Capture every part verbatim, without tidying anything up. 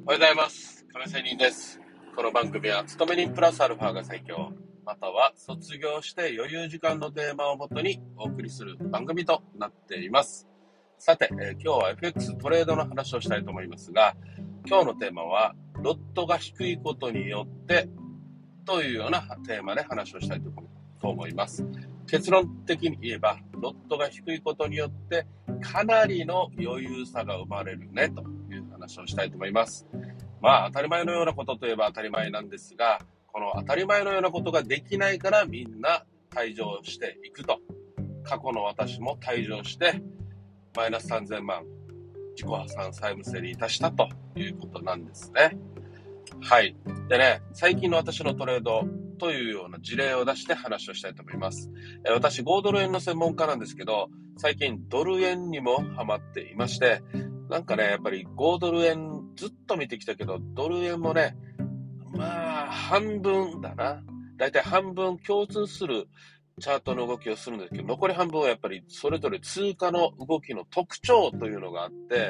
おはようございます。亀仙人です。この番組は勤め人プラスアルファが最強、または卒業して余裕時間のテーマをもとにお送りする番組となっています。さて、えー、今日は エフエックス トレードの話をしたいと思いますが、今日のテーマはロットが低いことによってというようなテーマで話をしたいと思います。結論的に言えば、ロットが低いことによってかなりの余裕さが生まれるねという話をしたいと思います。まあ当たり前のようなことといえば当たり前なんですが、この当たり前のようなことができないからみんな退場していくと。過去の私も退場してマイナスさんぜんまん自己破産債務整理いたしたということなんですね。はい。でね、最近の私のトレードというような事例を出して話をしたいと思います。え私、ごドル円の専門家なんですけど、最近ドル円にもハマっていまして、なんかね、やっぱりごドル円ずっと見てきたけど、ドル円もね、まあ、半分だな。だいたい半分共通するチャートの動きをするんですけど、残り半分はやっぱりそれぞれ通貨の動きの特徴というのがあって、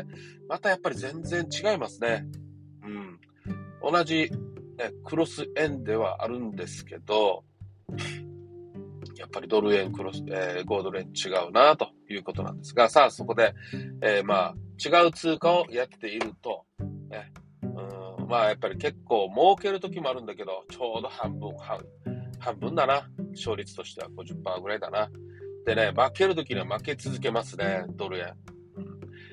またやっぱり全然違いますね。うん。同じ、ね、クロス円ではあるんですけど、やっぱりドル円、クロス、えー、ごドル円違うなということなんですが、さあそこで、えー、まあ違う通貨をやっていると、ね、うんまあやっぱり結構儲ける時もあるんだけど、ちょうど半分、半半分だな。勝率としては ごじゅっパーセント ぐらいだな。でね、負ける時には負け続けますね、ドル円。うん、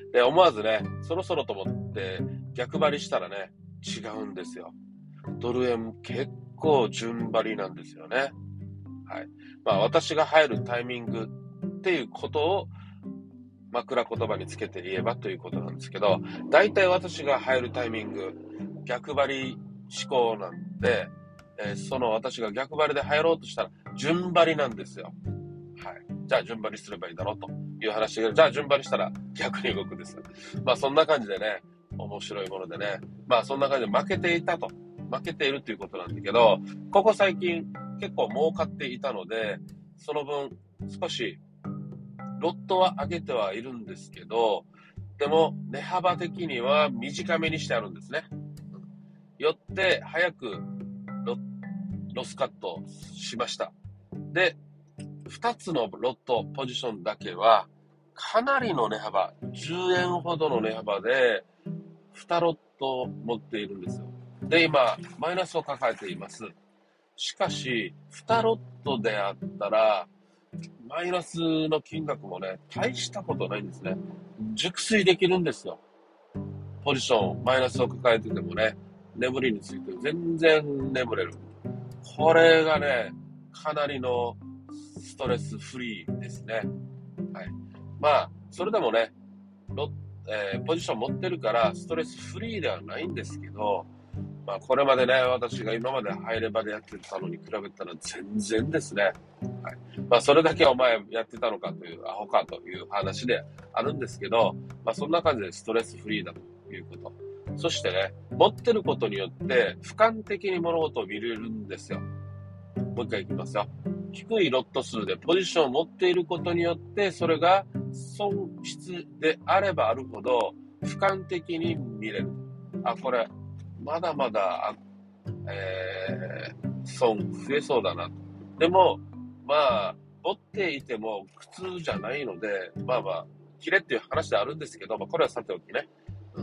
で、思わずね、そろそろと思って逆張りしたらね、違うんですよ。ドル円結構順張りなんですよね。はい。まあ私が入るタイミングっていうことを枕言葉につけて言えばということなんですけど、大体私が入るタイミング、逆張り思考なんで、えー、その私が逆張りで入ろうとしたら順張りなんですよ。はい。じゃあ順張りすればいいだろうという話で、じゃあ順張りしたら逆に動くです。まあそんな感じでね、面白いものでね、まあそんな感じで負けていたと、負けているということなんだけど、ここ最近結構儲かっていたので、その分少しロットは上げてはいるんですけど、でも値幅的には短めにしてあるんですね。よって早く ロ, ロスカットしました。で、ふたつのロットポジションだけはかなりの値幅、じゅうえんほどの値幅でにロット持っているんですよ。で、今マイナスを抱えています。しかしにロットであったらマイナスの金額もね、大したことないんですね。熟睡できるんですよ。ポジション、マイナスを抱えててもね、眠りについて全然眠れる。これがね、かなりのストレスフリーですね。はい。まあ、それでもね、ロえー、ポジション持ってるからストレスフリーではないんですけど、まあ、これまでね、私が今まで入れ場でやってたのに比べたら全然ですね。はい。まあ、それだけお前やってたのかという、アホかという話であるんですけど、まあ、そんな感じでストレスフリーだということ。そしてね、持ってることによって俯瞰的に物事を見れるんですよ。もう一回いきますよ。低いロット数でポジションを持っていることによって、それが損失であればあるほど俯瞰的に見れる。あ、これ、まだまだ、えー、損増えそうだな。でも、まあ、持っていても苦痛じゃないので、まあまあ、切れっていう話であるんですけど、まあ、これはさておきね。うん、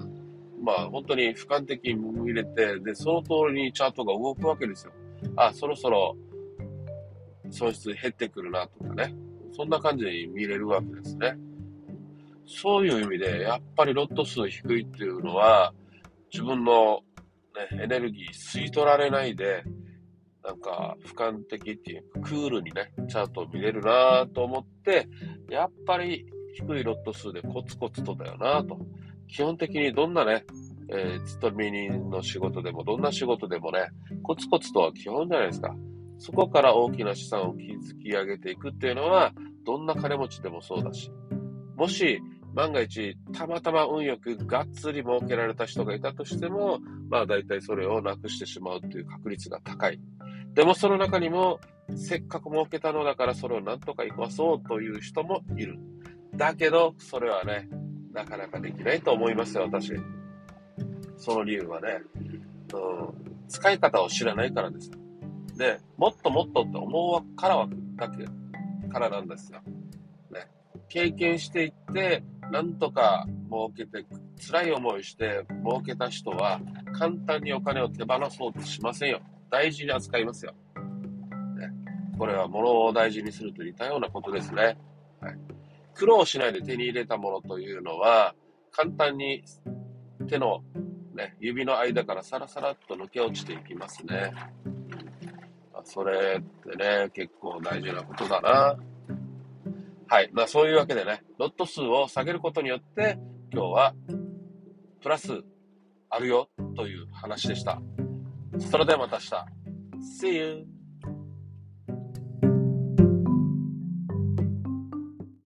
まあ、本当に俯瞰的に見れて、で、その通りにチャートが動くわけですよ。あ、そろそろ損失減ってくるなとかね。そんな感じで見れるわけですね。そういう意味で、やっぱりロット数低いっていうのは、自分のね、エネルギー吸い取られないで、なんか俯瞰的っていうかクールにね、チャートを見れるなと思って、やっぱり低いロット数でコツコツとだよなと。基本的にどんなね、えー、勤め人の仕事でも、どんな仕事でもね、コツコツとは基本じゃないですか。そこから大きな資産を築き上げていくっていうのは、どんな金持ちでもそうだし、もし万が一たまたま運よくがっつり儲けられた人がいたとしても、まあ大体それをなくしてしまうっていう確率が高い。でもその中にもせっかく儲けたのだからそれをなんとか生かそうという人もいる。だけどそれはね、なかなかできないと思いますよ、私。 その理由はね、うん、使い方を知らないからです。で、もっともっとって思うからはだけからなんですよ。ね、経験していって、なんとか儲けて、辛い思いして儲けた人は、簡単にお金を手放そうとしませんよ。大事に扱いますよ。ね、これは物を大事にすると似たようなことですね。はい、苦労しないで手に入れたものというのは、簡単に手の、ね、指の間からサラサラっと抜け落ちていきますね。それってね、結構大事なことだな。はい。まあそういうわけでね、ロット数を下げることによって、今日はプラスあるよという話でした。それではまた明日。See you!